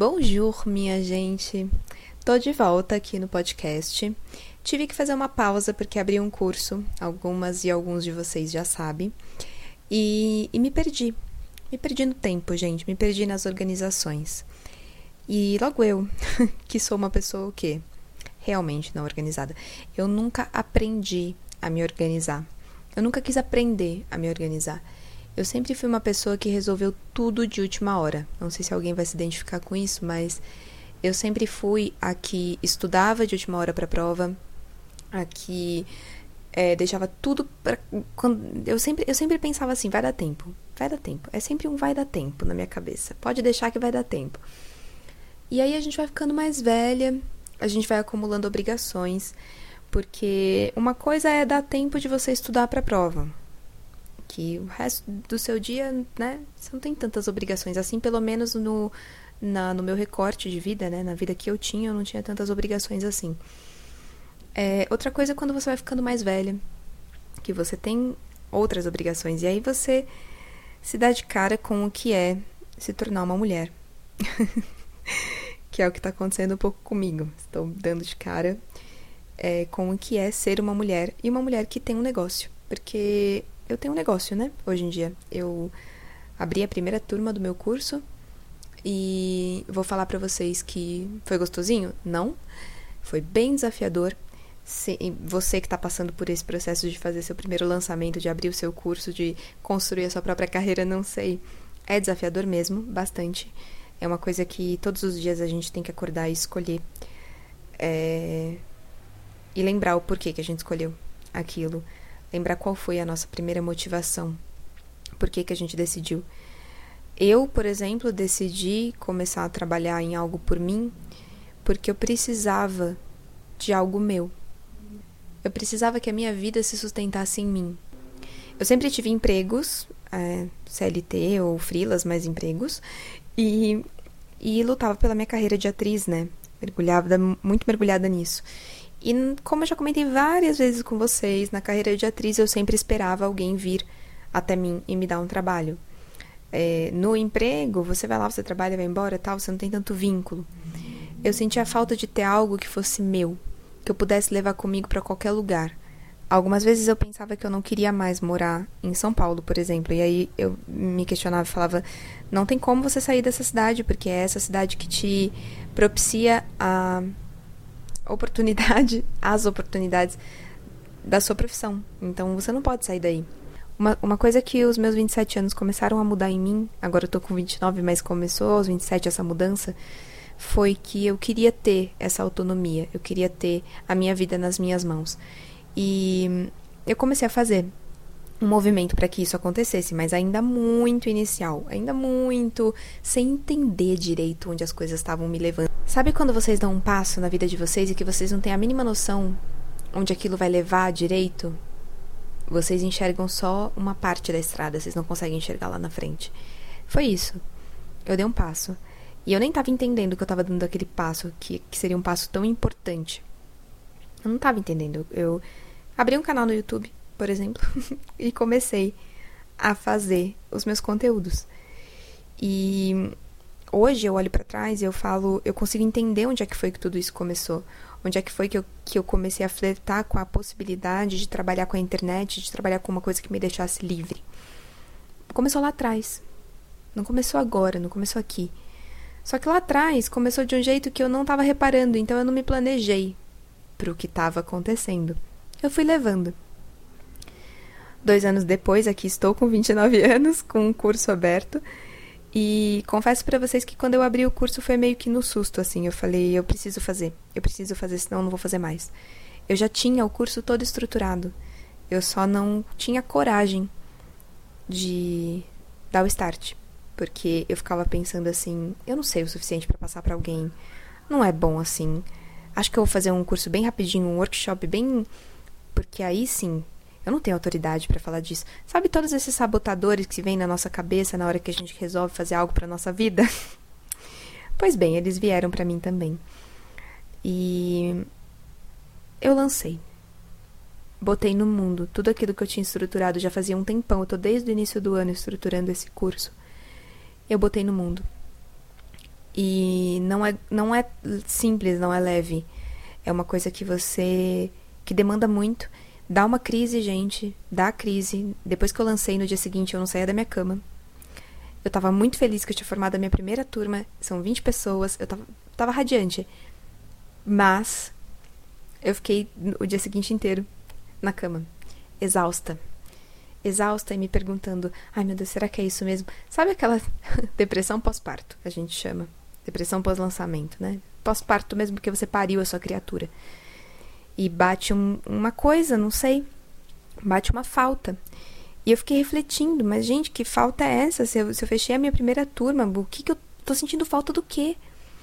Bonjour, minha gente. Tô de volta aqui no podcast. Tive que fazer uma pausa porque abri um curso, algumas e alguns de vocês já sabem, e me perdi. Me perdi no tempo, gente, me perdi nas organizações. E logo eu, que sou uma pessoa o quê? Realmente não organizada. Eu nunca aprendi a me organizar. Eu nunca quis aprender a me organizar. Eu sempre fui uma pessoa que resolveu tudo de última hora. Não sei se alguém vai se identificar com isso, mas eu sempre fui a que estudava de última hora para a prova, a que deixava tudo para... Eu sempre pensava assim, vai dar tempo. É sempre um vai dar tempo na minha cabeça. Pode deixar que vai dar tempo. E aí a gente vai ficando mais velha, a gente vai acumulando obrigações, porque uma coisa é dar tempo de você estudar para a prova, que o resto do seu dia, né, você não tem tantas obrigações, assim, pelo menos no meu recorte de vida, né, na vida que eu não tinha tantas obrigações assim. Outra coisa é quando você vai ficando mais velha, que você tem outras obrigações, e aí você se dá de cara com o que é se tornar uma mulher. Que é o que está acontecendo um pouco comigo. Estou dando de cara com o que é ser uma mulher, e uma mulher que tem um negócio, porque eu tenho um negócio, né, hoje em dia. Eu abri a primeira turma do meu curso e vou falar pra vocês que foi gostosinho? Não. Foi bem desafiador. Você que tá passando por esse processo de fazer seu primeiro lançamento, de abrir o seu curso, de construir a sua própria carreira, não sei. É desafiador mesmo, bastante. É uma coisa que todos os dias a gente tem que acordar e escolher. E lembrar o porquê que a gente escolheu aquilo. Lembrar qual foi a nossa primeira motivação. Por que a gente decidiu. Eu, por exemplo, decidi começar a trabalhar em algo por mim porque eu precisava de algo meu. Eu precisava que a minha vida se sustentasse em mim. Eu sempre tive empregos, CLT ou freelas, mas empregos, e lutava pela minha carreira de atriz, né? Muito mergulhada nisso. E como eu já comentei várias vezes com vocês, na carreira de atriz eu sempre esperava alguém vir até mim e me dar um trabalho. No emprego, você vai lá, você trabalha, vai embora, tal, você não tem tanto vínculo. Eu sentia falta de ter algo que fosse meu, que eu pudesse levar comigo para qualquer lugar. Algumas vezes eu pensava que eu não queria mais morar em São Paulo, por exemplo, e aí eu me questionava e falava, não tem como você sair dessa cidade, porque é essa cidade que te propicia as oportunidades da sua profissão. Então você não pode sair daí. Uma coisa que os meus 27 anos começaram a mudar em mim, agora eu tô com 29, mas começou aos 27 essa mudança, foi que eu queria ter essa autonomia, eu queria ter a minha vida nas minhas mãos. E eu comecei a fazer um movimento para que isso acontecesse, mas ainda muito inicial, ainda muito sem entender direito onde as coisas estavam me levando. Sabe quando vocês dão um passo na vida de vocês e que vocês não têm a mínima noção onde aquilo vai levar direito? Vocês enxergam só uma parte da estrada, vocês não conseguem enxergar lá na frente. Foi isso. Eu dei um passo. E eu nem estava entendendo que eu estava dando aquele passo, que seria um passo tão importante. Eu não estava entendendo. Eu abri um canal no YouTube, por exemplo, e comecei a fazer os meus conteúdos. E hoje eu olho para trás e eu falo, eu consigo entender onde é que foi que tudo isso começou. Onde é que foi que eu comecei a flertar com a possibilidade de trabalhar com a internet, de trabalhar com uma coisa que me deixasse livre. Começou lá atrás. Não começou agora, não começou aqui. Só que lá atrás começou de um jeito que eu não estava reparando, então eu não me planejei para o que estava acontecendo. Eu fui levando. 2 anos depois, aqui estou com 29 anos, com um curso aberto. E confesso pra vocês que quando eu abri o curso foi meio que no susto, assim. Eu falei, eu preciso fazer, senão eu não vou fazer mais. Eu já tinha o curso todo estruturado. Eu só não tinha coragem de dar o start. Porque eu ficava pensando assim, eu não sei o suficiente pra passar pra alguém. Não é bom assim. Acho que eu vou fazer um curso bem rapidinho, um workshop bem... Porque aí sim... Eu não tenho autoridade pra falar disso. Sabe todos esses sabotadores que vêm na nossa cabeça na hora que a gente resolve fazer algo pra nossa vida? Pois bem, eles vieram pra mim também. E eu lancei. Botei no mundo tudo aquilo que eu tinha estruturado. Já fazia um tempão, eu tô desde o início do ano estruturando esse curso. Eu botei no mundo. E não é simples, não é leve. É uma coisa que demanda muito. Dá uma crise, gente. Dá crise. Depois que eu lancei, no dia seguinte, eu não saía da minha cama. Eu tava muito feliz que eu tinha formado a minha primeira turma. São 20 pessoas. Eu tava radiante. Mas eu fiquei o dia seguinte inteiro na cama. Exausta. Exausta e me perguntando: ai meu Deus, será que é isso mesmo? Sabe aquela depressão pós-parto, a gente chama? Depressão pós-lançamento, né? Pós-parto mesmo, porque você pariu a sua criatura. E bate uma coisa, não sei. Bate uma falta. E eu fiquei refletindo: mas gente, que falta é essa? Se eu fechei a minha primeira turma, o que eu tô sentindo falta do quê?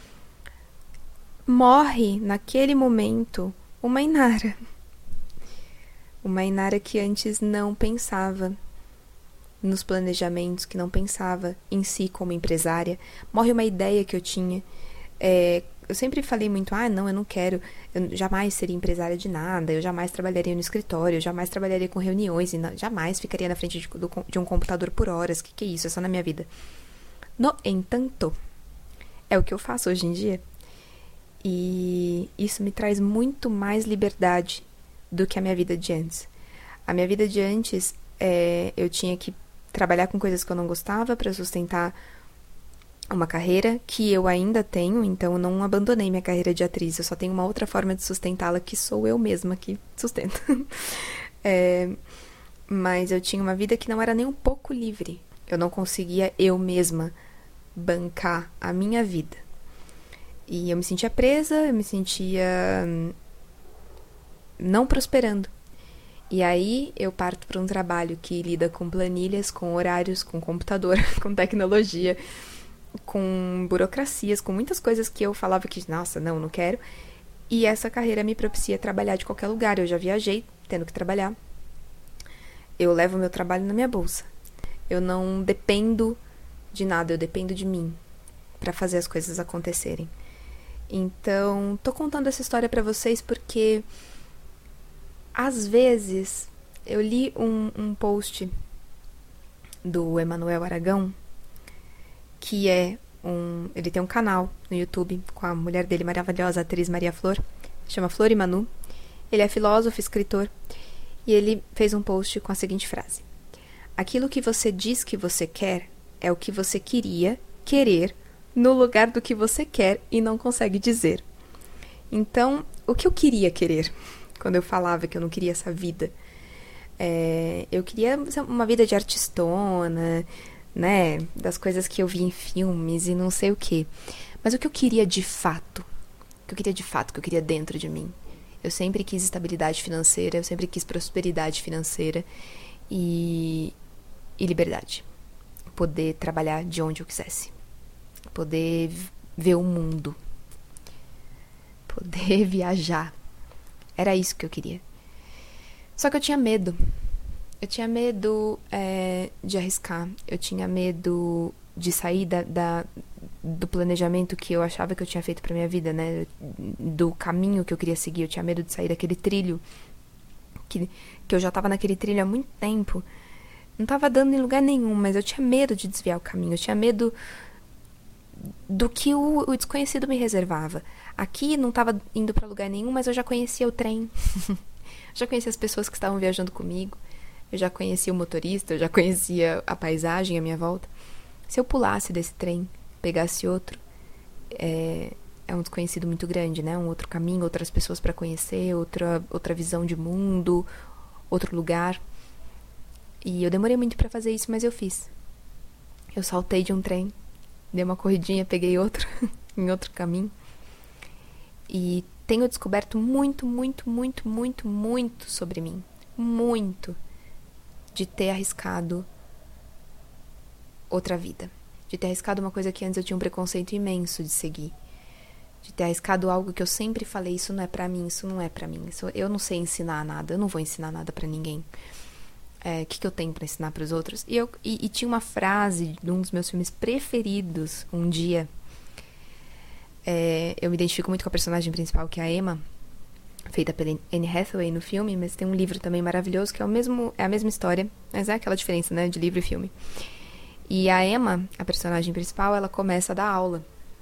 Morre, naquele momento, uma Inara. Uma Inara que antes não pensava nos planejamentos, que não pensava em si como empresária. Morre uma ideia que eu tinha. Eu sempre falei muito: não, eu não quero, eu jamais seria empresária de nada, eu jamais trabalharia no escritório, eu jamais trabalharia com reuniões, e jamais ficaria na frente de um computador por horas. Que é isso? É só na minha vida. No entanto, é o que eu faço hoje em dia. E isso me traz muito mais liberdade do que a minha vida de antes. A minha vida de antes, eu tinha que trabalhar com coisas que eu não gostava para sustentar uma carreira que eu ainda tenho, então eu não abandonei minha carreira de atriz. Eu só tenho uma outra forma de sustentá-la, que sou eu mesma que sustento. Mas eu tinha uma vida que não era nem um pouco livre. Eu não conseguia eu mesma bancar a minha vida. E eu me sentia presa, eu me sentia não prosperando. E aí eu parto para um trabalho que lida com planilhas, com horários, com computador, com tecnologia, com burocracias, com muitas coisas que eu falava que, nossa, não quero. E essa carreira me propicia trabalhar de qualquer lugar. Eu já viajei tendo que trabalhar. Eu levo meu trabalho na minha bolsa. Eu não dependo de nada, eu dependo de mim para fazer as coisas acontecerem. Então, tô contando essa história pra vocês porque às vezes eu li um post do Emanuel Aragão, que ele tem um canal no YouTube com a mulher dele, maravilhosa atriz Maria Flor, chama Flor e Manu. Ele é filósofo, escritor, e ele fez um post com a seguinte frase: aquilo que você diz que você quer é o que você queria querer no lugar do que você quer e não consegue dizer. Então, o que eu queria querer quando eu falava que eu não queria essa vida? Eu queria uma vida de artistona, né? Das coisas que eu vi em filmes e não sei o quê. Mas o que eu queria de fato? O que eu queria dentro de mim? Eu sempre quis estabilidade financeira, eu sempre quis prosperidade financeira e liberdade. Poder trabalhar de onde eu quisesse. Poder ver o mundo. Poder viajar. Era isso que eu queria. Só que eu tinha medo. Eu tinha medo de arriscar. Eu tinha medo de sair do planejamento que eu achava que eu tinha feito pra minha vida, né? Do caminho que eu queria seguir. Eu tinha medo de sair daquele trilho. Que eu já tava naquele trilho há muito tempo. Não tava dando em lugar nenhum, mas eu tinha medo de desviar o caminho. Eu tinha medo do que o desconhecido me reservava. Aqui não estava indo para lugar nenhum, mas eu já conhecia o trem. Já conhecia as pessoas que estavam viajando comigo. Eu já conhecia o motorista, eu já conhecia a paisagem à minha volta. Se eu pulasse desse trem, pegasse outro, é um desconhecido muito grande, né? Um outro caminho, outras pessoas para conhecer, outra visão de mundo, outro lugar. E eu demorei muito para fazer isso, mas eu fiz. Eu saltei de um trem, dei uma corridinha, peguei outro, em outro caminho. E tenho descoberto muito, muito, muito, muito, muito sobre mim. Muito. De ter arriscado outra vida. De ter arriscado uma coisa que antes eu tinha um preconceito imenso de seguir. De ter arriscado algo que eu sempre falei: isso não é pra mim, isso não é pra mim. Eu não sei ensinar nada, eu não vou ensinar nada pra ninguém. O que eu tenho pra ensinar pros outros? E tinha uma frase de um dos meus filmes preferidos, um dia. Eu me identifico muito com a personagem principal, que é a Emma, feita pela Anne Hathaway no filme, mas tem um livro também maravilhoso, que é a mesma história, mas é aquela diferença, né, de livro e filme. E a Emma, a personagem principal, ela começa a dar aula.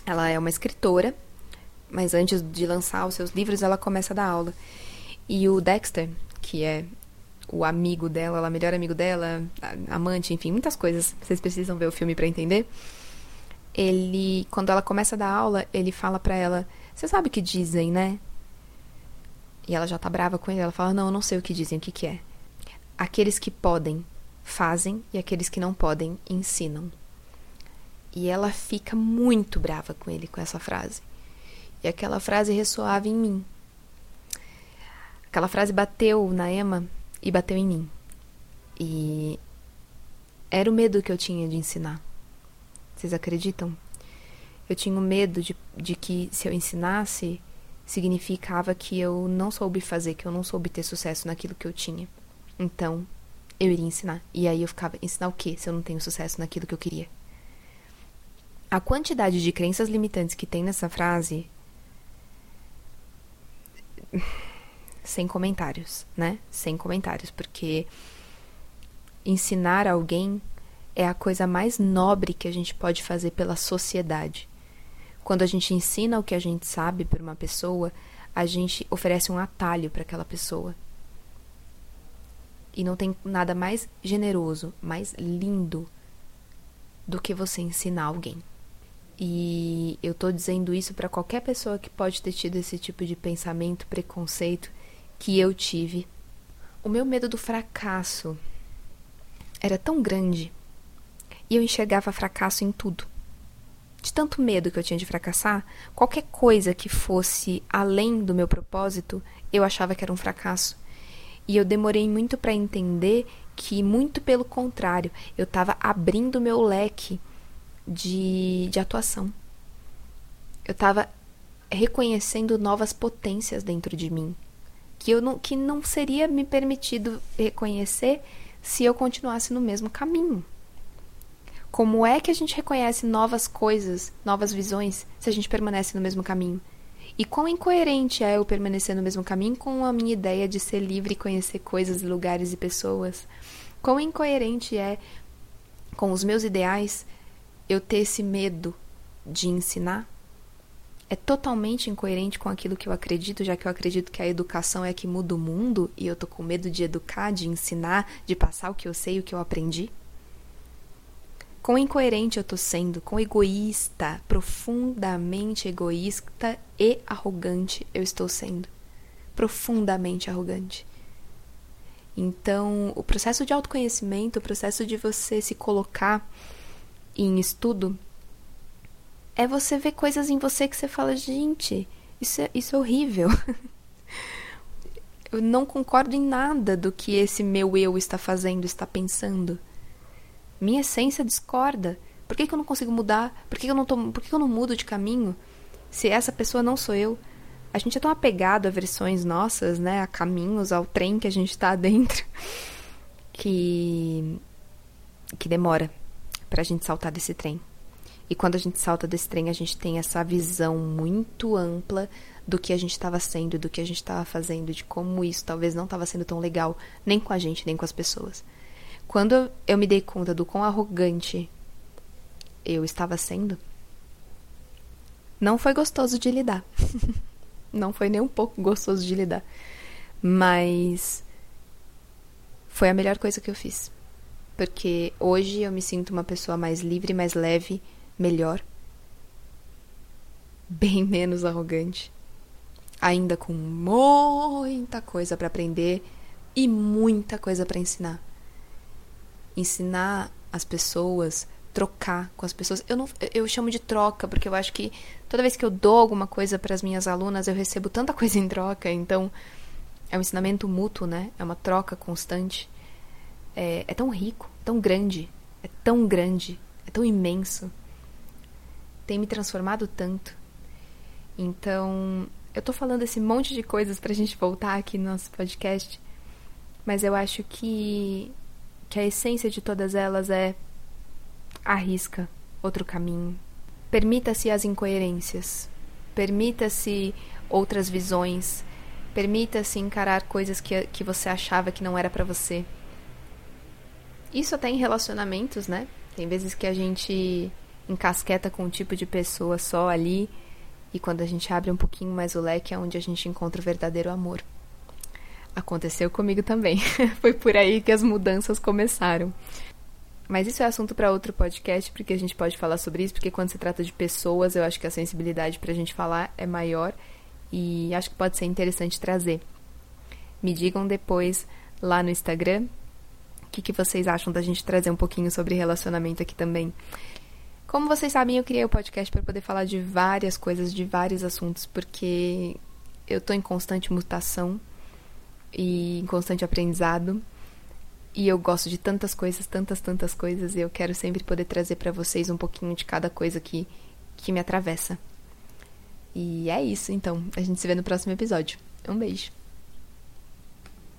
Ela é uma escritora, mas antes de lançar os seus livros, ela começa a dar aula. E o Dexter, que é o amigo dela, o melhor amigo dela, amante, enfim, muitas coisas. Vocês precisam ver o filme pra entender. Ele, quando ela começa a dar aula, ele fala pra ela: você sabe o que dizem, né? E ela já tá brava com ele. Ela fala: não, eu não sei o que dizem, o que que é? Aqueles que podem, fazem, e aqueles que não podem, ensinam. E ela fica muito brava com ele, com essa frase. E aquela frase ressoava em mim. Aquela frase bateu na Emma e bateu em mim. E era o medo que eu tinha de ensinar. Vocês acreditam? Eu tinha medo de que, se eu ensinasse, significava que eu não soube fazer, que eu não soube ter sucesso naquilo que eu tinha. Então, eu iria ensinar. E aí eu ficava: ensinar o quê se eu não tenho sucesso naquilo que eu queria? A quantidade de crenças limitantes que tem nessa frase, sem comentários, né? Sem comentários, porque ensinar alguém é a coisa mais nobre que a gente pode fazer pela sociedade. Quando a gente ensina o que a gente sabe para uma pessoa, a gente oferece um atalho para aquela pessoa. E não tem nada mais generoso, mais lindo do que você ensinar alguém. E eu tô dizendo isso para qualquer pessoa que pode ter tido esse tipo de pensamento, preconceito que eu tive. O meu medo do fracasso era tão grande, e eu enxergava fracasso em tudo. De tanto medo que eu tinha de fracassar, qualquer coisa que fosse além do meu propósito, eu achava que era um fracasso. E eu demorei muito para entender que, muito pelo contrário, eu estava abrindo meu leque de atuação. Eu estava reconhecendo novas potências dentro de mim, que não seria me permitido reconhecer se eu continuasse no mesmo caminho. Como é que a gente reconhece novas coisas, novas visões, se a gente permanece no mesmo caminho? E quão incoerente é eu permanecer no mesmo caminho com a minha ideia de ser livre e conhecer coisas, lugares e pessoas? Quão incoerente é com os meus ideais eu ter esse medo de ensinar? É totalmente incoerente com aquilo que eu acredito, já que eu acredito que a educação é a que muda o mundo, e eu tô com medo de educar, de ensinar, de passar o que eu sei, o que eu aprendi. Quão incoerente eu tô sendo, quão egoísta, profundamente egoísta e arrogante eu estou sendo. Profundamente arrogante. Então, o processo de autoconhecimento, o processo de você se colocar em estudo, é você ver coisas em você que você fala: gente, isso é horrível. Eu não concordo em nada do que esse meu eu está fazendo, está pensando. Minha essência discorda. Por que eu não consigo mudar? Por que eu não mudo de caminho? Se essa pessoa não sou eu. A gente é tão apegado a versões nossas, né? A caminhos, ao trem que a gente está dentro, que demora pra gente saltar desse trem. E quando a gente salta desse trem, a gente tem essa visão muito ampla do que a gente estava sendo, do que a gente estava fazendo, de como isso talvez não estava sendo tão legal, nem com a gente, nem com as pessoas. Quando eu me dei conta do quão arrogante eu estava sendo, não foi gostoso de lidar. Não foi nem um pouco gostoso de lidar. Mas foi a melhor coisa que eu fiz. Porque hoje eu me sinto uma pessoa mais livre, mais leve, melhor. Bem menos arrogante. Ainda com muita coisa para aprender e muita coisa para ensinar. Ensinar as pessoas, trocar com as pessoas. Eu chamo de troca, porque eu acho que toda vez que eu dou alguma coisa para as minhas alunas, eu recebo tanta coisa em troca. Então, é um ensinamento mútuo, né? É uma troca constante. É tão rico, tão grande, é tão imenso. Tem me transformado tanto. Então, eu tô falando esse monte de coisas pra gente voltar aqui no nosso podcast, mas eu acho que a essência de todas elas é: arrisca outro caminho. Permita-se as incoerências. Permita-se outras visões. Permita-se encarar coisas que você achava que não era pra você. Isso até em relacionamentos, né? Tem vezes que a gente encasqueta com um tipo de pessoa só ali, e quando a gente abre um pouquinho mais o leque é onde a gente encontra o verdadeiro amor. Aconteceu comigo também. Foi por aí que as mudanças começaram. Mas isso é assunto para outro podcast, porque a gente pode falar sobre isso, porque quando se trata de pessoas, eu acho que a sensibilidade pra gente falar é maior e acho que pode ser interessante trazer. Me digam depois lá no Instagram o que vocês acham da gente trazer um pouquinho sobre relacionamento aqui também. Como vocês sabem, eu criei o podcast para poder falar de várias coisas, de vários assuntos, porque eu tô em constante mutação e em constante aprendizado. E eu gosto de tantas coisas, tantas coisas, e eu quero sempre poder trazer pra vocês um pouquinho de cada coisa que me atravessa. E é isso, então. A gente se vê no próximo episódio. Um beijo.